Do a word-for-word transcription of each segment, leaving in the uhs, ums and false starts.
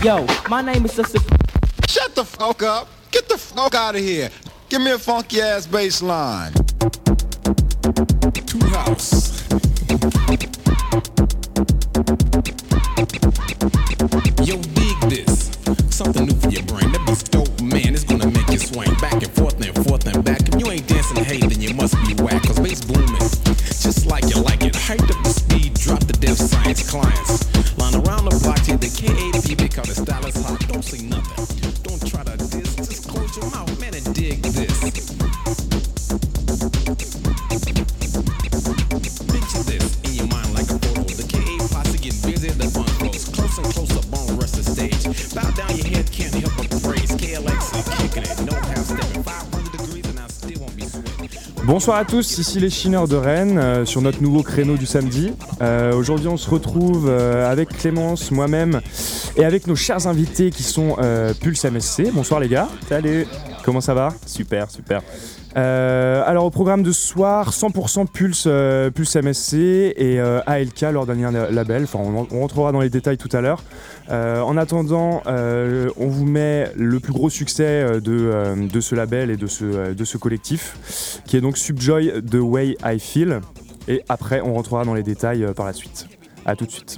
Yo, my name is Sister. Shut the fuck up. Get the fuck out of here. Give me a funky ass bass line. Two house. Yo, dig this. Something new for your brain. That beat's dope, man. It's gonna make you swing back and forth and forth and back. If you ain't dancing hey, then you must be whack. Cause bass booming, just like you like it. Height up the speed, drop the deaf science clients. Line around the block till the K A P because the style is hot. Don't say nothing. Don't try to diss. Just close your mouth, man, and dig this. Picture this in your mind like a photo. The K A posse getting busy, the fun flows. Close and close up on the rest of the stage. Bow down your head, can't help but praise. K L X is kicking it, no half stepping. five hundred degrees and I still won't be sweating. Bonsoir à tous, ici les Chineurs de Rennes euh, sur notre nouveau créneau du samedi. Euh, aujourd'hui on se retrouve euh, avec Clémence, moi-même et avec nos chers invités qui sont euh, Pulse M S C. Bonsoir les gars. Salut. Comment ça va ? Super, super. Euh, alors au programme de ce soir, cent pour cent Pulse, euh, Pulse M S C et euh, A L K, leur dernier label. Enfin, on, on rentrera dans les détails tout à l'heure. Euh, en attendant, euh, on vous met le plus gros succès de, euh, de ce label et de ce, de ce collectif, qui est donc Subjoy The Way I Feel. Et après, on rentrera dans les détails euh, par la suite. À tout de suite.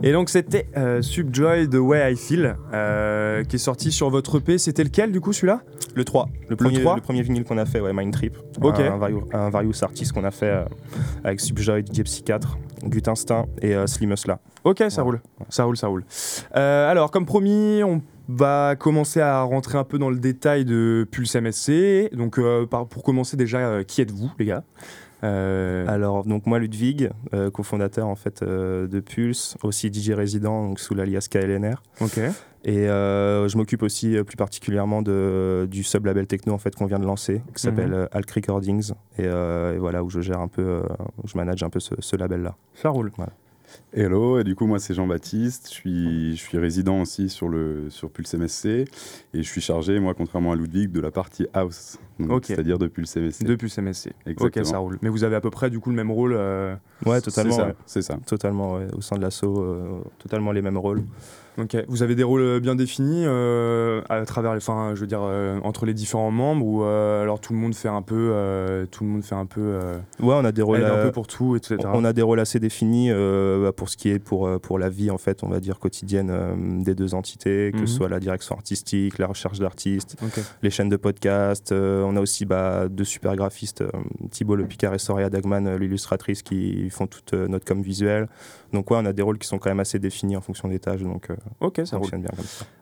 Et donc c'était euh, Subjoy The Way I Feel euh, qui est sorti sur votre E P. C'était lequel du coup celui-là ? Le trois, le premier, le, trois le premier vinyle qu'on a fait, ouais, Mind Trip. Ok. Un, un, various, un various artist qu'on a fait euh, avec Subjoy, D J Psychiatre, Gut Instinct et euh, Slimus là. Ok, ça ouais. roule, ça roule, ça roule. Euh, alors comme promis, on va commencer à rentrer un peu dans le détail de Pulse M S C. Donc euh, par, pour commencer déjà, euh, qui êtes-vous les gars ? Euh... Alors donc moi Ludwig, euh, cofondateur en fait euh, de Pulse, aussi D J résident donc sous l'alias K L N R. Ok. Et euh, je m'occupe aussi euh, plus particulièrement de, du sub-label techno en fait qu'on vient de lancer, qui s'appelle mm-hmm. euh, Alk Recordings, et, euh, et voilà où je gère un peu, euh, où je manage un peu ce, ce label-là. Ça roule. Voilà. Hello, et du coup moi c'est Jean-Baptiste, je suis, je suis résident aussi sur, le, sur Pulse M S C et je suis chargé, moi contrairement à Ludwig, de la partie house, donc, okay. c'est-à-dire de Pulse M S C. De Pulse M S C, exactement. Ok, ça roule. Mais vous avez à peu près du coup le même rôle euh... Ouais, totalement. C'est ça, ouais. c'est ça. Totalement, ouais. Au sein de l'assaut, euh, totalement les mêmes rôles. Ok, vous avez des rôles bien définis euh, à travers, enfin, je veux dire, euh, entre les différents membres ou euh, alors tout le monde fait un peu, euh, tout le monde fait un peu. Euh, ouais, on a des rôles un à... peu pour tout, et cetera. On a des rôles assez définis euh, pour ce qui est pour pour la vie en fait, on va dire quotidienne euh, des deux entités, que mm-hmm. ce soit la direction artistique, la recherche d'artistes, okay. les chaînes de podcast. Euh, on a aussi bah, deux super graphistes, euh, Thibaut Le Picard et Soria Dagman, euh, l'illustratrice, qui font toute euh, notre com visuelle. Donc ouais, on a des rôles qui sont quand même assez définis en fonction des tâches. Donc euh, ok, ça fonctionne bien comme ça.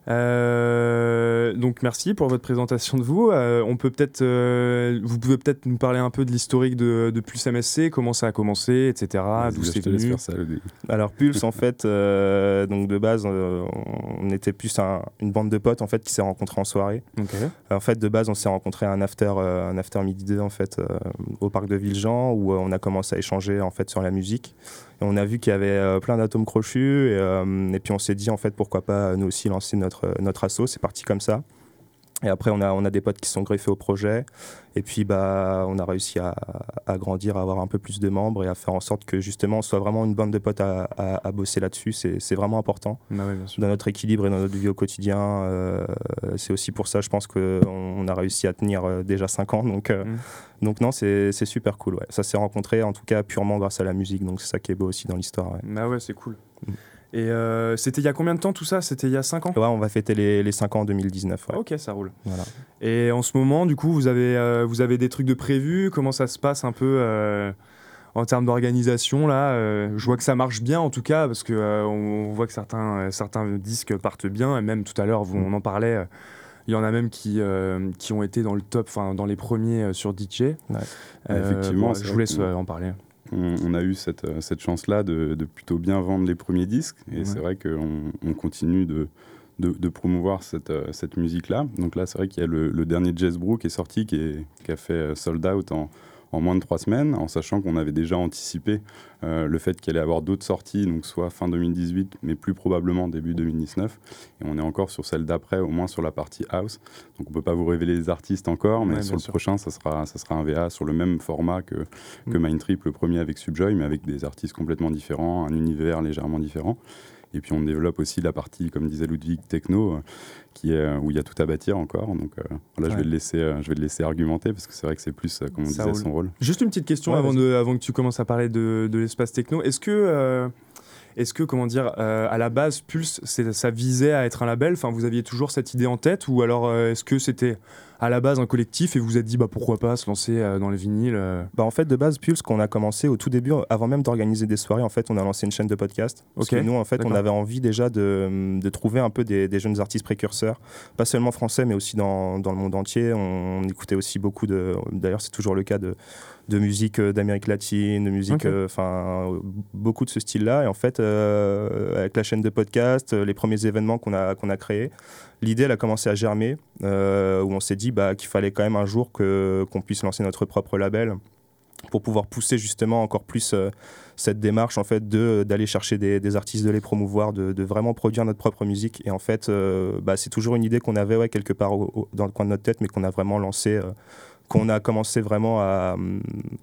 Euh, donc merci pour votre présentation de vous. Euh, on peut peut-être, euh, vous pouvez peut-être nous parler un peu de l'historique de, de Pulse M S C, comment ça a commencé, et cetera. D'où c'est venu. Ça, Alors Pulse, en fait, euh, donc de base, euh, on était plus un, une bande de potes en fait qui s'est rencontrés en soirée. Okay. En fait, de base, on s'est rencontrés à un after, euh, un after midi deux en fait, euh, au parc de Villejean, où euh, on a commencé à échanger en fait sur la musique. Et on a vu qu'il y avait euh, plein d'atomes crochus et, euh, et puis on s'est dit en fait pourquoi pas nous aussi lancer notre notre asso. C'est parti comme ça. Et après on a on a des potes qui sont greffés au projet et puis bah on a réussi à, à grandir, à avoir un peu plus de membres et à faire en sorte que justement on soit vraiment une bande de potes à, à, à bosser là-dessus. C'est c'est vraiment important bah oui, bien sûr. Dans notre équilibre et dans notre vie au quotidien. Euh, c'est aussi pour ça je pense que on, on a réussi à tenir euh, déjà cinq ans donc euh, mmh. donc non c'est c'est super cool. Ouais. Ça s'est rencontré en tout cas purement grâce à la musique donc c'est ça qui est beau aussi dans l'histoire. Ouais. Bah ouais c'est cool. Mmh. Et euh, c'était il y a combien de temps tout ça ? C'était il y a cinq ans ? Ouais, on va fêter les, les cinq ans en deux mille dix-neuf. Ouais. Ok, ça roule. Voilà. Et en ce moment, du coup, vous avez, euh, vous avez des trucs de prévus ? Comment ça se passe un peu euh, en termes d'organisation là euh, Je vois que ça marche bien en tout cas, parce qu'on euh, on voit que certains, euh, certains disques partent bien. Et même tout à l'heure, vous, on en parlait, euh, il y en a même qui, euh, qui ont été dans le top, enfin dans les premiers euh, sur D J. Ouais. Euh, Effectivement, bon, je vous laisse euh, en parler. On, on a eu cette, cette chance-là de, de plutôt bien vendre les premiers disques et ouais. c'est vrai qu'on on continue de, de, de promouvoir cette, cette musique-là. Donc là, c'est vrai qu'il y a le, le dernier Jazz Brew qui est sorti, qui, est, qui a fait sold out en, en moins de trois semaines, en sachant qu'on avait déjà anticipé euh, le fait qu'il allait y avoir d'autres sorties, donc soit fin deux mille dix-huit, mais plus probablement début deux mille dix-neuf. Et on est encore sur celle d'après, au moins sur la partie house. Donc on ne peut pas vous révéler les artistes encore, mais ouais, sur le sûr. prochain, ça sera, ça sera un V A sur le même format que, que mm. Mind Trip, le premier avec Subjoy, mais avec des artistes complètement différents, un univers légèrement différent. Et puis on développe aussi la partie, comme disait Ludwig, techno, euh, qui est, euh, où il y a tout à bâtir encore. Donc euh, là, ouais. je, vais le laisser, euh, je vais le laisser argumenter, parce que c'est vrai que c'est plus, euh, comme on ça disait, roule. son rôle. Juste une petite question ouais, avant, de, avant que tu commences à parler de, de l'espace techno. Est-ce que, euh, est-ce que comment dire, euh, à la base, Pulse, c'est, ça visait à être un label ? Enfin, vous aviez toujours cette idée en tête ? Ou alors, euh, est-ce que c'était à la base un collectif et vous vous êtes dit bah, pourquoi pas se lancer euh, dans les vinyles euh... bah, En fait, de base, Pulse, qu'on a commencé au tout début, avant même d'organiser des soirées, en fait, on a lancé une chaîne de podcast. Parce okay. que nous, en fait, D'accord. on avait envie déjà de, de trouver un peu des, des jeunes artistes précurseurs, pas seulement français, mais aussi dans, dans le monde entier. On, on écoutait aussi beaucoup de... D'ailleurs, c'est toujours le cas de... de musique d'Amérique latine, de musique, enfin okay. euh, beaucoup de ce style-là. Et en fait, euh, avec la chaîne de podcast, les premiers événements qu'on a, qu'on a créés, l'idée, elle a commencé à germer, euh, où on s'est dit bah, qu'il fallait quand même un jour que, qu'on puisse lancer notre propre label pour pouvoir pousser justement encore plus euh, cette démarche en fait, de, d'aller chercher des, des artistes, de les promouvoir, de, de vraiment produire notre propre musique. Et en fait, euh, bah, c'est toujours une idée qu'on avait ouais, quelque part au, au, dans le coin de notre tête, mais qu'on a vraiment lancé, euh, qu'on a commencé vraiment à...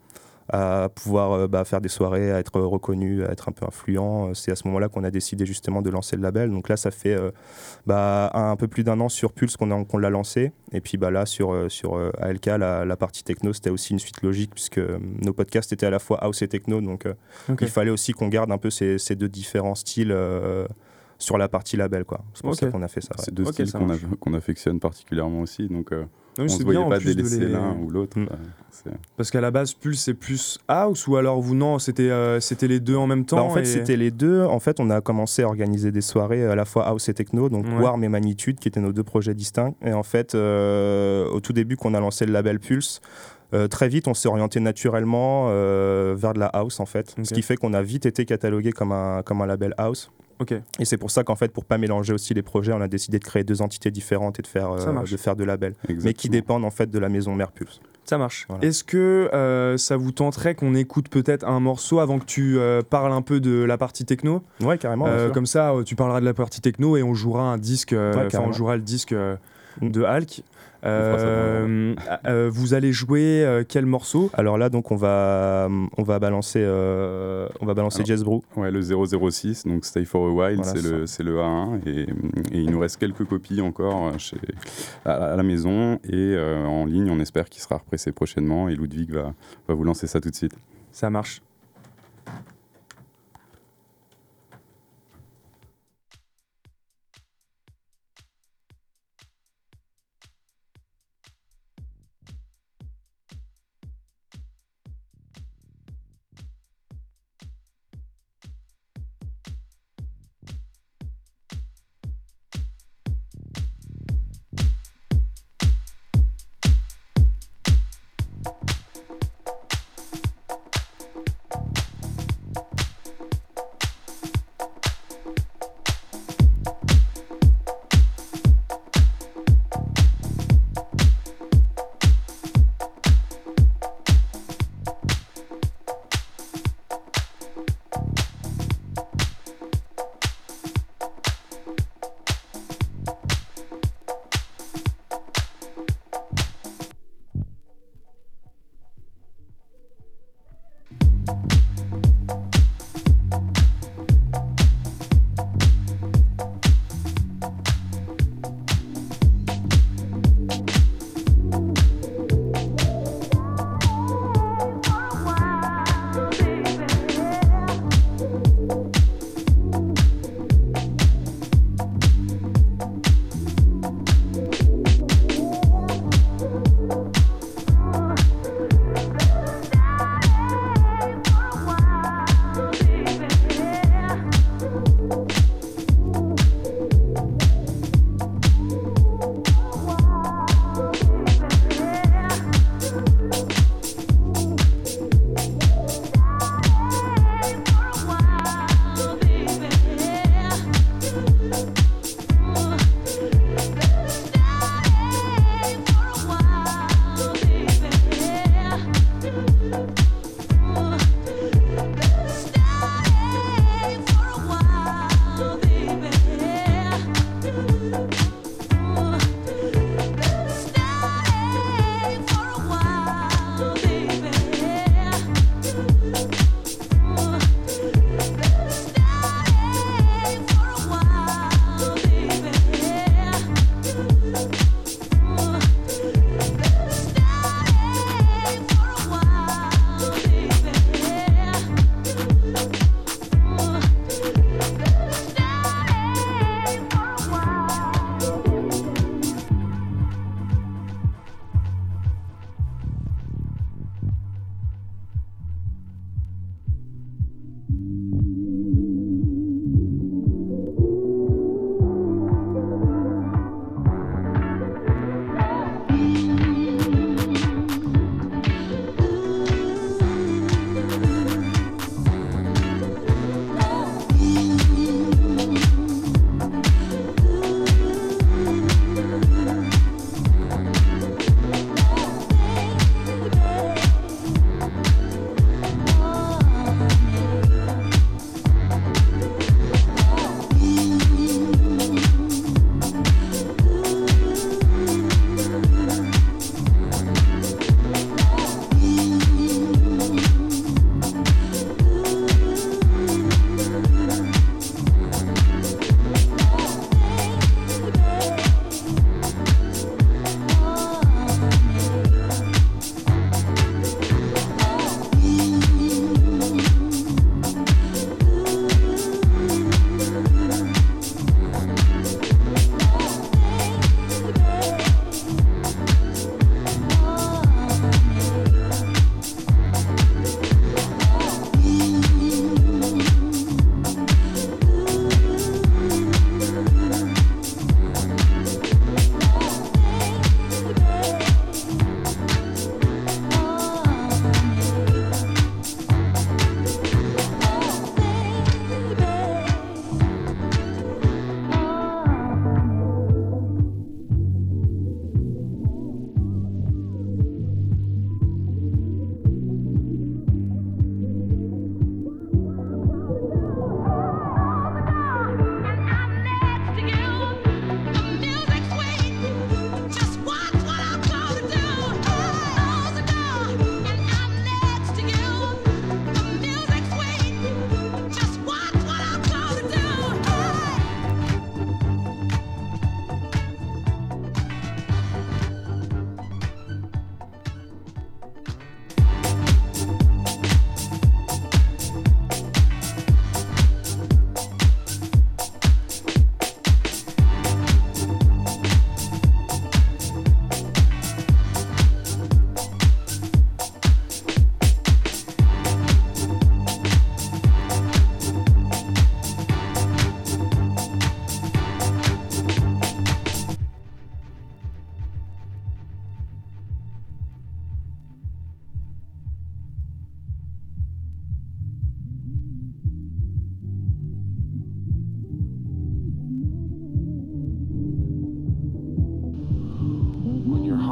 à pouvoir euh, bah, faire des soirées, à être reconnu, à être un peu influent. C'est à ce moment-là qu'on a décidé justement de lancer le label. Donc là, ça fait euh, bah, un, un peu plus d'un an sur Pulse qu'on, a, qu'on l'a lancé. Et puis bah, là, sur, euh, sur euh, A L K, la, la partie techno, c'était aussi une suite logique puisque euh, nos podcasts étaient à la fois house et techno. Donc euh, okay. il fallait aussi qu'on garde un peu ces, ces deux différents styles euh, sur la partie label, quoi. C'est pour okay. ça qu'on a fait ça. Ouais. C'est deux okay, styles qu'on, a, qu'on affectionne particulièrement aussi. Donc euh, oui, on ne se voyait pas délaisser de les... l'un ou l'autre. Mm. C'est... Parce qu'à la base, Pulse, c'est plus house ou alors vous, non, c'était, euh, c'était les deux en même temps bah, En fait, et... c'était les deux. En fait, on a commencé à organiser des soirées à la fois house et techno, donc ouais. Warm et Magnitude, qui étaient nos deux projets distincts. Et en fait, euh, au tout début, qu'on a lancé le label Pulse, Euh, très vite, on s'est orienté naturellement euh, vers de la house, en fait. Okay. Ce qui fait qu'on a vite été catalogué comme un, comme un label house. Okay. Et c'est pour ça qu'en fait, pour pas mélanger aussi les projets, on a décidé de créer deux entités différentes et de faire, euh, de faire deux labels. Exactement. Mais qui dépendent en fait de la maison mère Pulse. Ça marche. Voilà. Est-ce que euh, ça vous tenterait qu'on écoute peut-être un morceau avant que tu euh, parles un peu de la partie techno ? Ouais, carrément. Euh, comme ça, tu parleras de la partie techno et on jouera un disque. Enfin, ouais, on jouera le disque euh, de Halk. Euh, euh, vous allez jouer euh, quel morceau ? Alors là, donc on va on va balancer euh, on va balancer Jazz Brew. Ouais, le zéro zéro six, donc Stay for a While, voilà, c'est le c'est le A un et, et il nous reste quelques copies encore chez à, à la maison et euh, en ligne. On espère qu'il sera repressé prochainement et Ludwig va va vous lancer ça tout de suite. Ça marche.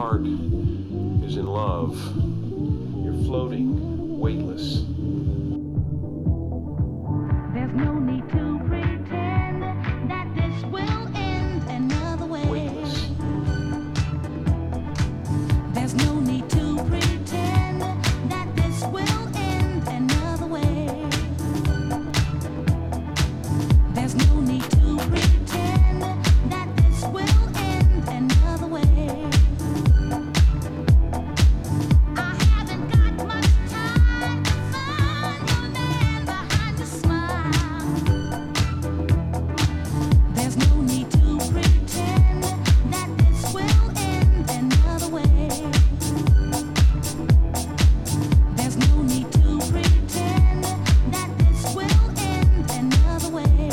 heart is in love, you're floating, weightless. There's no need to pretend that this will end another way. Weightless. There's no need to pretend that this will end another way. There's no need to pretend that this will end another way. I haven't got much time to find the man behind the smile. There's no need to pretend that this will end another way. There's no need to pretend that this will end another way.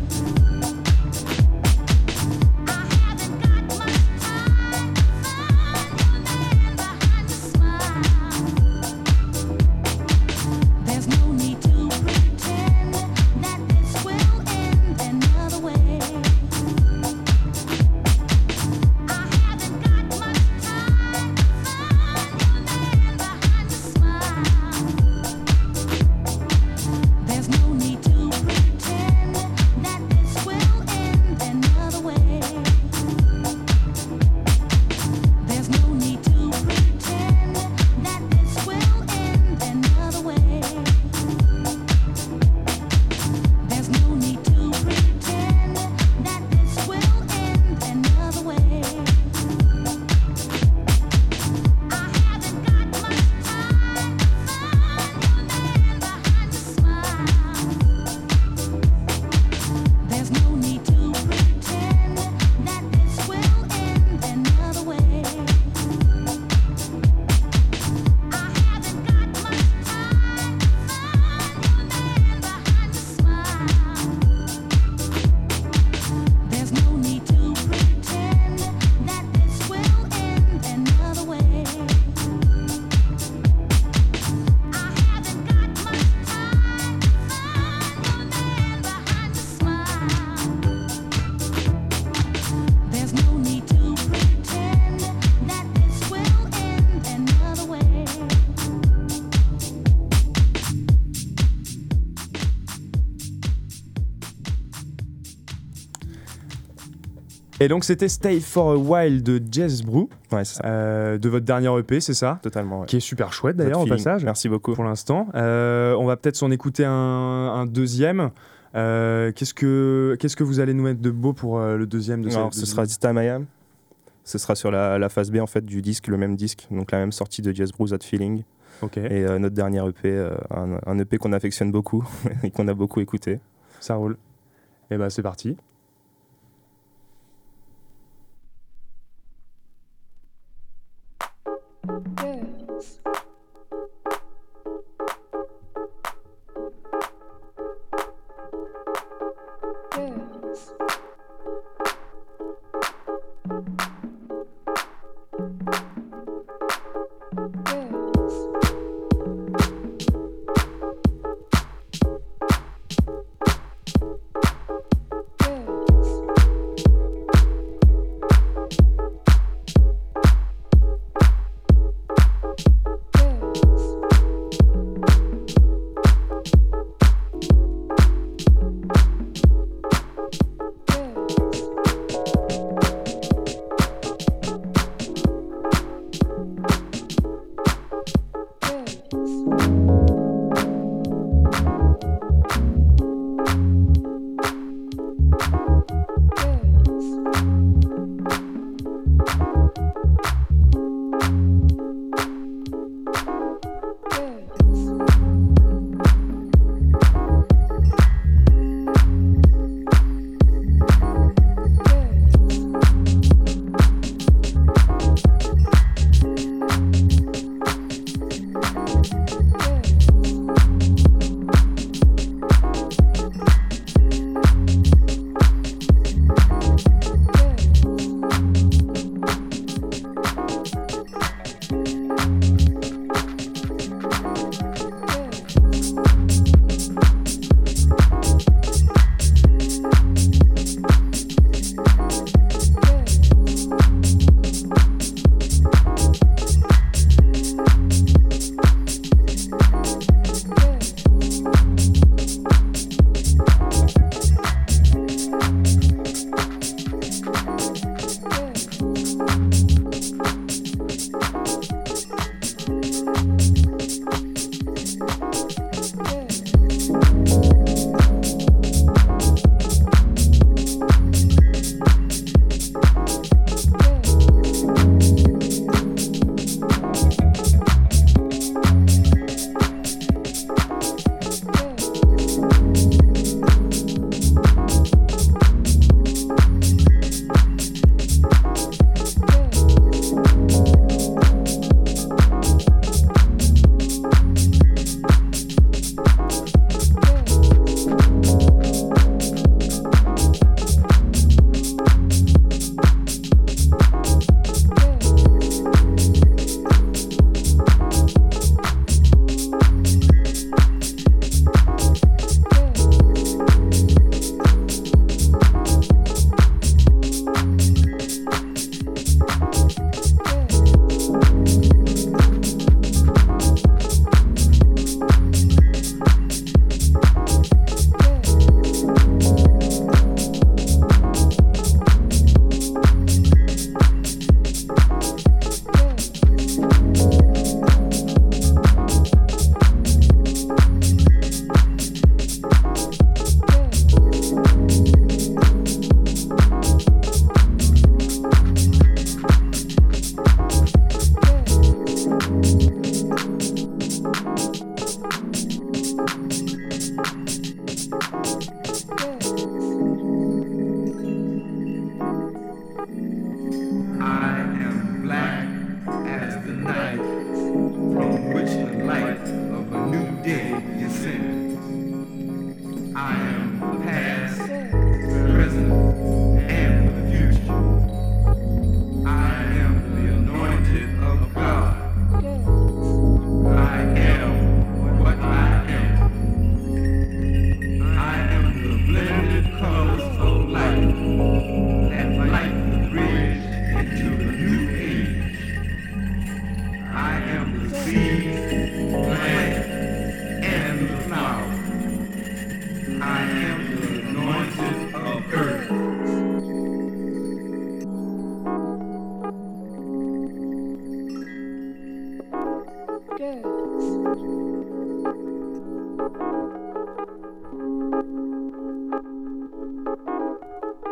I haven't got much time to find the man behind the smile. There's no need to pretend that this will end another way. I haven't got much time to find the man behind the smile. There's no need to pretend that this will end another way. There's no need to pretend that this will end another way. There's no need to pretend that this will end another way. I haven't got much time to find the man behind the smile. There's no need to pretend that this will end another way. I haven't got much time to find the man behind the smile. There's no need to pretend that this will end another way. I haven't got much time to find the man behind the smile. There's no need to pretend that this will end another way. Et donc c'était Stay for a While de Jazz Brew, Ouais, c'est ça. euh, de votre dernier E P, c'est ça? Totalement. Ouais. Qui est super chouette d'ailleurs au Notre feeling. passage. Merci beaucoup. Pour l'instant. Euh, on va peut-être s'en écouter un, un deuxième. Euh, qu'est-ce, que, qu'est-ce que vous allez nous mettre de beau pour euh, le deuxième de Alors, cette- ce sera This Time I Am. Ce sera sur la, la phase B en fait du disque, le même disque, donc la même sortie de Jazz Brew, That Feeling. Ok, Et euh, notre dernier E P, euh, un, un E P qu'on affectionne beaucoup et qu'on a beaucoup écouté. ça roule. Et bah c'est parti. Girls. Girls. Girls. Girls.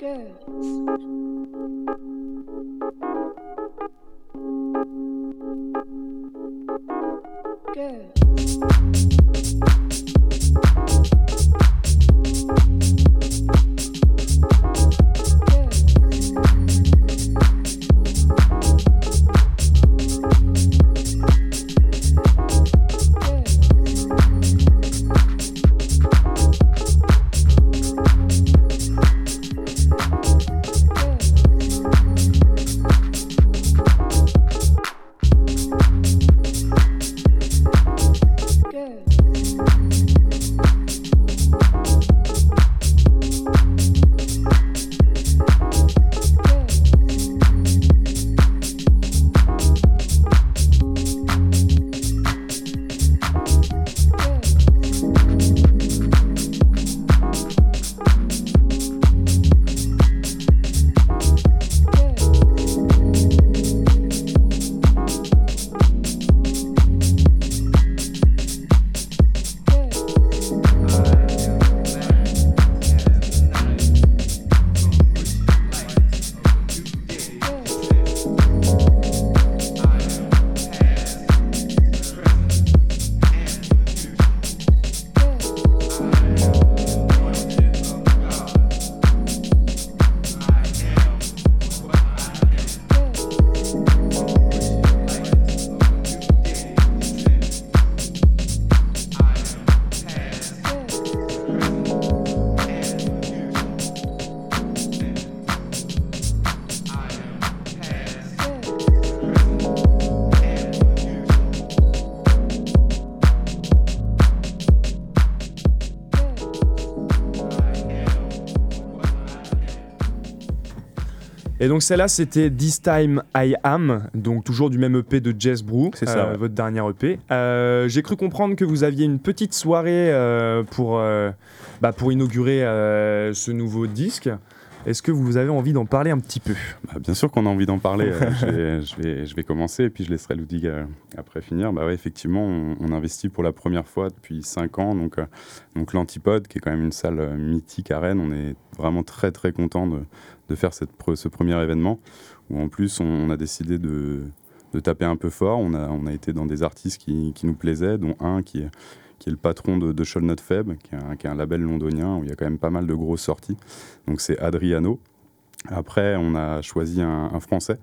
Et donc celle-là, c'était This Time I Am, donc toujours du même E P de Jazz Brew, c'est ça, euh, ouais. votre dernier E P. Euh, j'ai cru comprendre que vous aviez une petite soirée euh, pour, euh, bah, pour inaugurer euh, ce nouveau disque. Est-ce que vous avez envie d'en parler un petit peu ? Bah, bien sûr qu'on a envie d'en parler. euh, je, vais, je, vais, je vais commencer et puis je laisserai Ludwig euh, après finir. Bah ouais, effectivement, on, on investit pour la première fois depuis cinq ans. Donc, euh, donc l'Antipode, qui est quand même une salle euh, mythique à Rennes, on est vraiment très très content de, de faire cette, ce premier événement où en plus on, on a décidé de, de taper un peu fort. On a, on a été dans des artistes qui, qui nous plaisaient, dont un qui est qui est le patron de, de Shoal Not Feb, qui est, un, qui est un label londonien où il y a quand même pas mal de grosses sorties. Donc c'est Adriano. Après, on a choisi un, un Français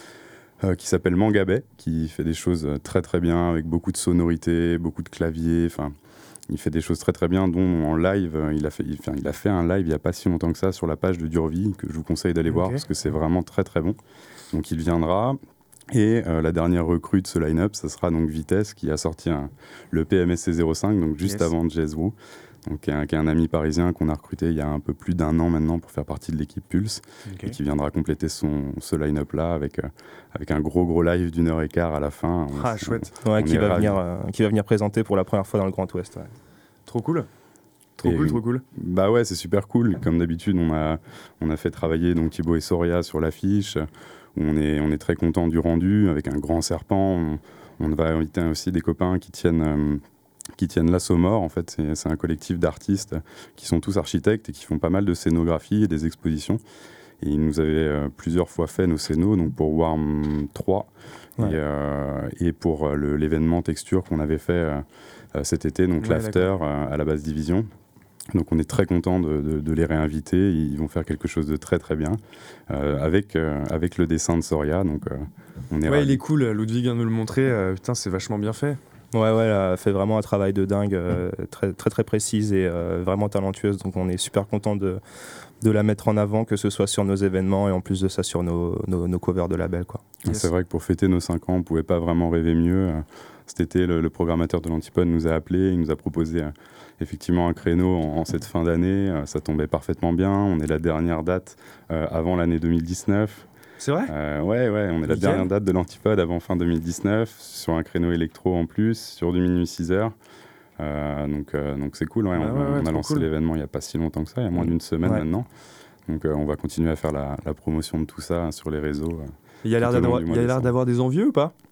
euh, qui s'appelle Mangabey, qui fait des choses très très bien, avec beaucoup de sonorités, beaucoup de claviers. Enfin, il fait des choses très très bien, dont en live, il a fait, il, enfin, il a fait un live il n'y a pas si longtemps que ça sur la page de Durvie, que je vous conseille d'aller okay. voir, parce que c'est vraiment très très bon. Donc il viendra. Et euh, la dernière recrue de ce line-up, ça sera donc Vitesse, qui a sorti un, le P M S C zéro cinq, donc juste yes. avant Jazz Brew, donc qui est, qui est un ami parisien qu'on a recruté il y a un peu plus d'un an maintenant pour faire partie de l'équipe Pulse, okay. et qui viendra compléter son, ce line-up-là avec, euh, avec un gros gros live d'une heure et quart à la fin. On, ah, chouette. Ouais, on qui, va venir, euh, qui va venir présenter pour la première fois dans le Grand Ouest. Ouais. Trop cool. Trop et cool, trop cool. Bah ouais, c'est super cool. Comme d'habitude, on a, on a fait travailler donc, Thibaut et Soria sur l'affiche. Où on est, on est très content du rendu, avec un grand serpent. On, on va inviter aussi des copains qui tiennent, euh, qui tiennent l'Assomore. En fait, c'est, c'est un collectif d'artistes qui sont tous architectes et qui font pas mal de scénographie et des expositions. Et ils nous avaient euh, plusieurs fois fait nos scénos, donc pour Warm trois ouais. et, euh, et pour euh, le, l'événement Texture qu'on avait fait euh, euh, cet été, donc ouais, l'After euh, à la base Division. Donc on est très content de, de, de les réinviter. Ils vont faire quelque chose de très très bien euh, avec, euh, avec le dessin de Soria. Donc euh, on est ouais, ravis. Il est cool. Ludwig vient de nous le montrer. Euh, putain, c'est vachement bien fait. Ouais, ouais, elle a fait vraiment un travail de dingue, euh, très, très très précise et euh, vraiment talentueuse. Donc on est super content de, de la mettre en avant, que ce soit sur nos événements et en plus de ça sur nos, nos, nos covers de label, quoi. Yes. C'est vrai que pour fêter nos cinq ans, on ne pouvait pas vraiment rêver mieux. Cet été, le, le programmateur de l'Antipode nous a appelé, il nous a proposé euh, effectivement un créneau en, en cette fin d'année. Euh, ça tombait parfaitement bien. On est la dernière date euh, avant l'année deux mille dix-neuf. C'est vrai ? euh, Ouais, ouais, on est la dernière date de l'Antipode avant fin deux mille dix-neuf, sur un créneau électro en plus, sur du minuit six heures. Euh, donc, euh, donc c'est cool, ouais, bah on, ouais, ouais, on a lancé cool. l'événement il n'y a pas si longtemps que ça, il y a moins d'une semaine ouais. maintenant. Donc euh, on va continuer à faire la, la promotion de tout ça hein, sur les réseaux. Euh, il y a l'air, d'avoir, il y a l'air d'avoir des envieux ou pas ?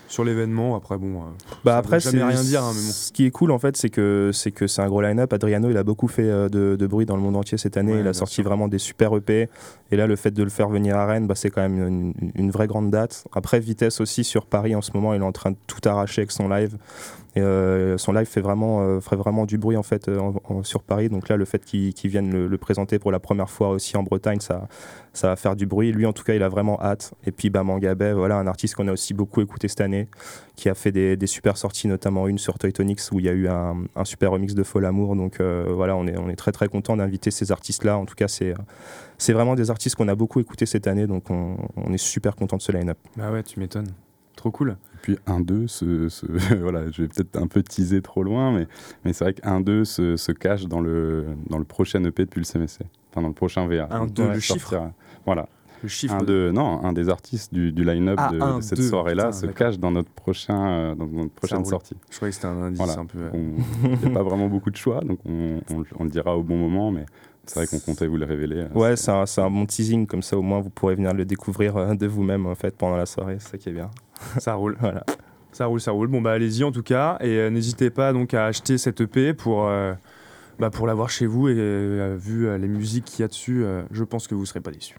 sur l'événement. Après, bon, euh, bah ça après, veut jamais c'est- rien dire, hein, mais bon. Ce qui est cool en fait, c'est que c'est que c'est un gros line-up. Adriano, il a beaucoup fait euh, de, de bruit dans le monde entier cette année. Ouais, il a bien sorti sûr. vraiment des super E P. Et là, le fait de le faire venir à Rennes, bah, c'est quand même une, une vraie grande date. Après, Vitesse aussi sur Paris en ce moment, il est en train de tout arracher avec son live. Et, euh, son live fait vraiment, euh, ferait vraiment du bruit en fait euh, en- en- sur Paris. Donc là, le fait qu'il qu'il vienne le, le présenter pour la première fois aussi en Bretagne, ça, ça va faire du bruit. Lui, en tout cas, il a vraiment hâte. Et puis, bah, Mangabey, voilà, un artiste qu'on a aussi beaucoup écouté cette année, qui a fait des, des super sorties, notamment une sur Toy Tonics où il y a eu un, un super remix de Fol Amour. Donc euh, voilà, on est, on est très très content d'inviter ces artistes-là. En tout cas, c'est, c'est vraiment des artistes qu'on a beaucoup écoutés cette année. Donc on, on est super content de ce line-up. Bah ouais, tu m'étonnes. Trop cool. Et puis un deux, se, se- voilà, je vais peut-être un peu teaser trop loin, mais, mais c'est vrai qu'un deux se, se cache dans le, dans le prochain E P de Pulse M S C, enfin dans le prochain V A. un Donc, deux, on va le chiffre. sortir, Voilà. Le chiffre. Un, de, non, un des artistes du, du line-up Ah, de, un, de cette deux, soirée-là putain, se d'accord. cache dans notre, prochain, euh, dans notre prochaine roule. sortie. Je croyais que c'était un indice Voilà. un peu. euh, Il n'y a pas vraiment beaucoup de choix, donc on, on- on le dira au bon moment, mais c'est vrai qu'on comptait vous le révéler. euh, Ouais, c'est un, c'est un bon teasing, comme ça au moins vous pourrez venir le découvrir euh, de vous-même en fait pendant la soirée, c'est ça qui est bien. Ça roule. Voilà. Ça roule, ça roule. Bon, bah allez-y en tout cas. Et euh, n'hésitez pas donc à acheter cette E P pour, euh, bah, pour l'avoir chez vous. Et euh, vu euh, les musiques qu'il y a dessus, euh, je pense que vous ne serez pas déçus.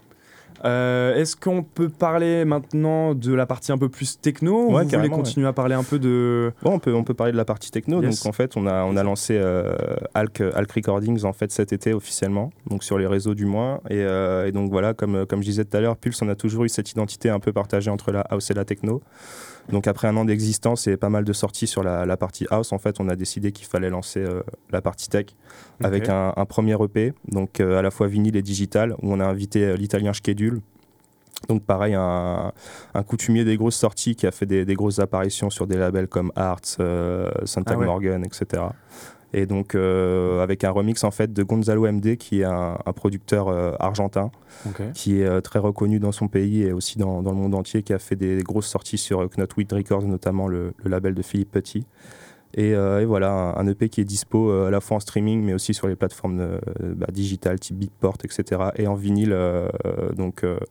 Euh, Est-ce qu'on peut parler maintenant de la partie un peu plus techno ou Ouais, vous voulez carrément, continuer à parler un peu de... Bon, on peut, on peut parler de la partie techno. Yes. Donc en fait, on a, on a lancé euh, Alk, Alk Recordings en fait cet été officiellement, donc sur les réseaux du moins. Et, euh, et donc voilà, comme, comme je disais tout à l'heure, Pulse, on a toujours eu cette identité un peu partagée entre la house et la techno. Donc après un an d'existence et pas mal de sorties sur la, la partie house, en fait, on a décidé qu'il fallait lancer euh, la partie tech avec Ok. un, un premier E P, donc euh, à la fois vinyle et digital, où on a invité euh, l'italien Schedule. Donc pareil, un, un coutumier des grosses sorties qui a fait des, des grosses apparitions sur des labels comme Arts, euh, Santa Ah ouais. Morgan, et cetera. Et donc euh, avec un remix en fait de Gonzalo M D, qui est un, un producteur euh, argentin, Ok. qui est euh, très reconnu dans son pays et aussi dans, dans le monde entier, qui a fait des, des grosses sorties sur euh, Knotweed Records, notamment le, le label de Philippe Petit. Et, euh, et voilà, un, un E P qui est dispo euh, à la fois en streaming, mais aussi sur les plateformes euh, bah, digitales, type Beatport, et cetera. Et en vinyle, euh, euh, donc euh,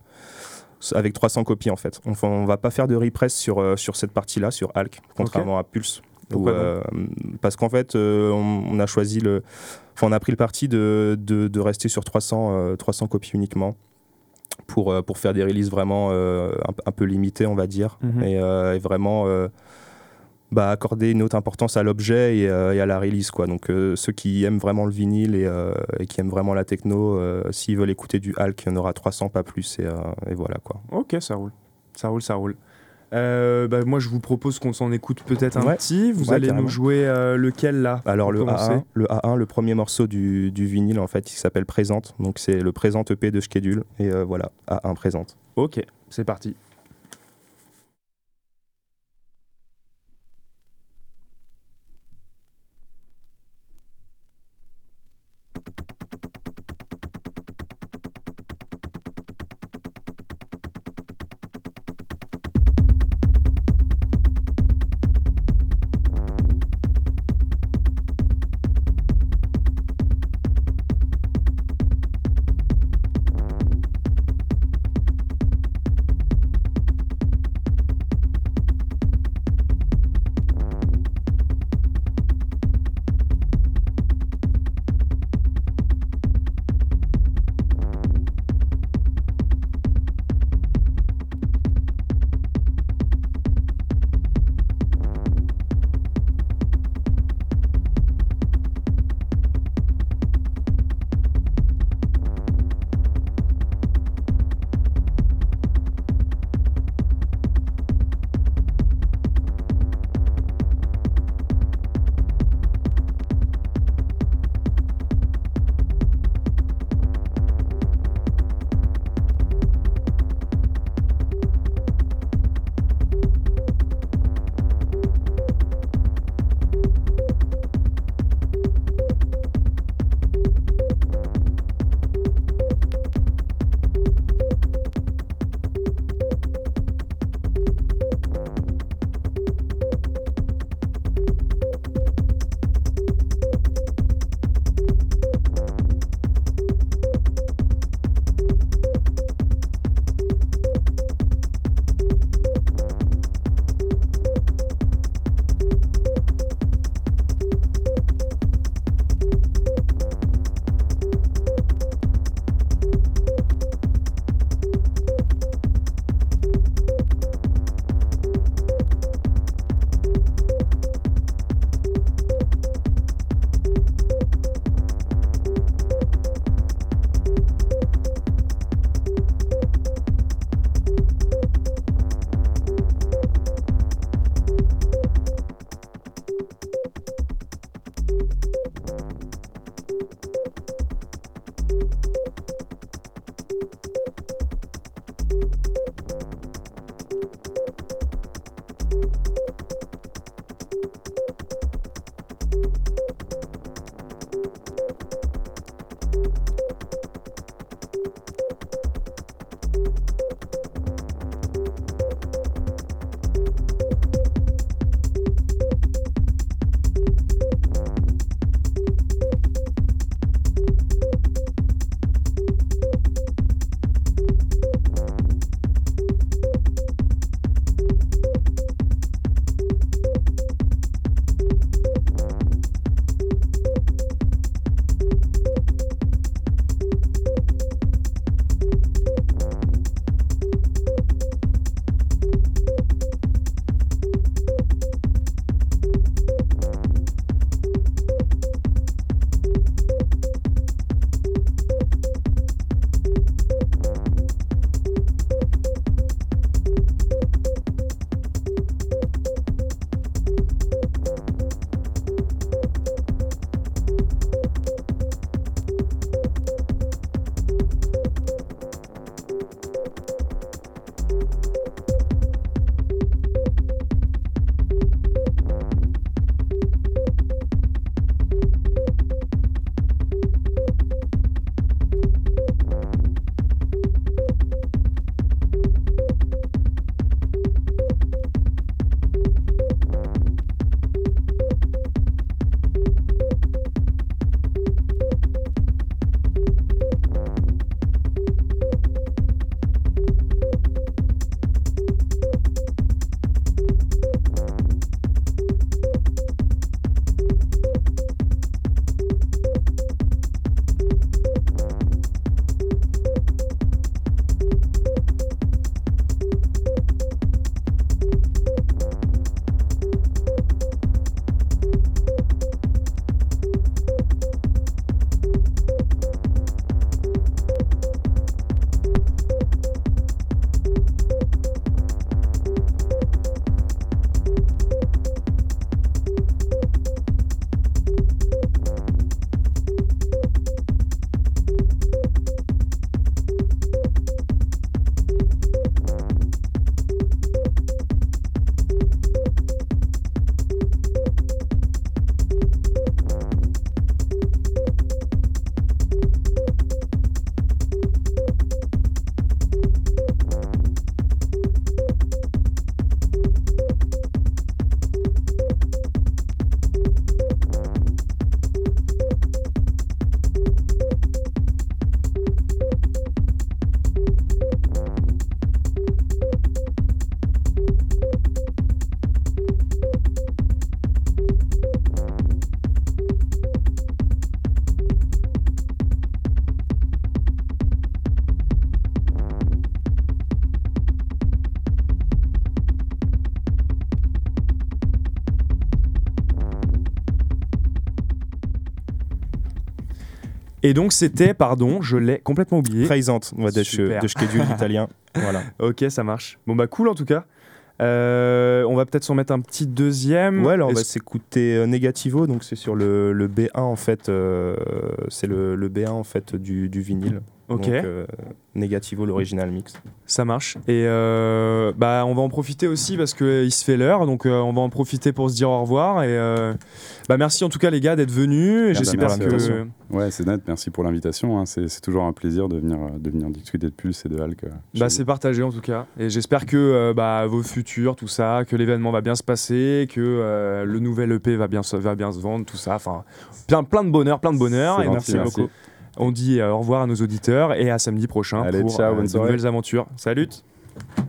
avec trois cents copies en fait. On, on va pas faire de repress sur, euh, sur cette partie-là, sur Alk, contrairement à Pulse. Pourquoi Où, euh, parce qu'en fait, euh, on, on a choisi le, enfin, on a pris le parti de, de, de rester sur trois cents, euh, trois cents copies uniquement pour, euh, pour faire des releases vraiment euh, un, un peu limitées, on va dire, Mhm. et, euh, et vraiment euh, bah, accorder une haute importance à l'objet et, euh, et à la release, quoi. Donc euh, ceux qui aiment vraiment le vinyle et, euh, et qui aiment vraiment la techno, euh, s'ils veulent écouter du Alk, il y en aura trois cents, pas plus, et, euh, et voilà, quoi. Ok, ça roule. Ça roule, ça roule. Euh, bah, moi, je vous propose qu'on s'en écoute peut-être un Ouais. petit. Vous Ouais, allez carrément. nous jouer euh, lequel là Alors pour le commencer A un, le A un, le premier morceau du, du vinyle en fait, il s'appelle Présente, donc c'est le présent E P de Schedule, et euh, voilà, A un Présente. Ok, c'est parti. Et donc c'était, pardon, je l'ai complètement oublié. Présente, ouais, de, Super. de schedule italien. Voilà. Ok, ça marche. Bon bah cool en tout cas. Euh, on va peut-être s'en mettre un petit deuxième. Ouais, alors on va Est-ce- s'écouter euh, Negativo, donc c'est sur le, le B un en fait, euh, c'est le, le B un en fait du, du vinyle. Ok. Donc, euh, Negativo, l'original mix. Ça marche. Et euh, bah, on va en profiter aussi parce qu'il se fait l'heure. Donc, euh, on va en profiter pour se dire au revoir. Et euh, bah, merci en tout cas, les gars, d'être venus. Et bah, j'espère merci à que. vous. Ouais, c'est net, merci pour l'invitation. Hein. C'est, c'est toujours un plaisir de venir, de venir discuter de Pulse et de Hulk. euh, chez Bah, vous. c'est partagé en tout cas. Et j'espère que euh, bah, vos futurs, tout ça, que l'événement va bien se passer, que euh, le nouvel E P va bien, se- va bien se vendre, tout ça. Enfin, plein, plein de bonheur, plein de bonheur. C'est Et gentil, merci merci. beaucoup. On dit euh, au revoir à nos auditeurs et à samedi prochain Allez, pour ciao, euh, bonne de soirée. nouvelles aventures. Salut!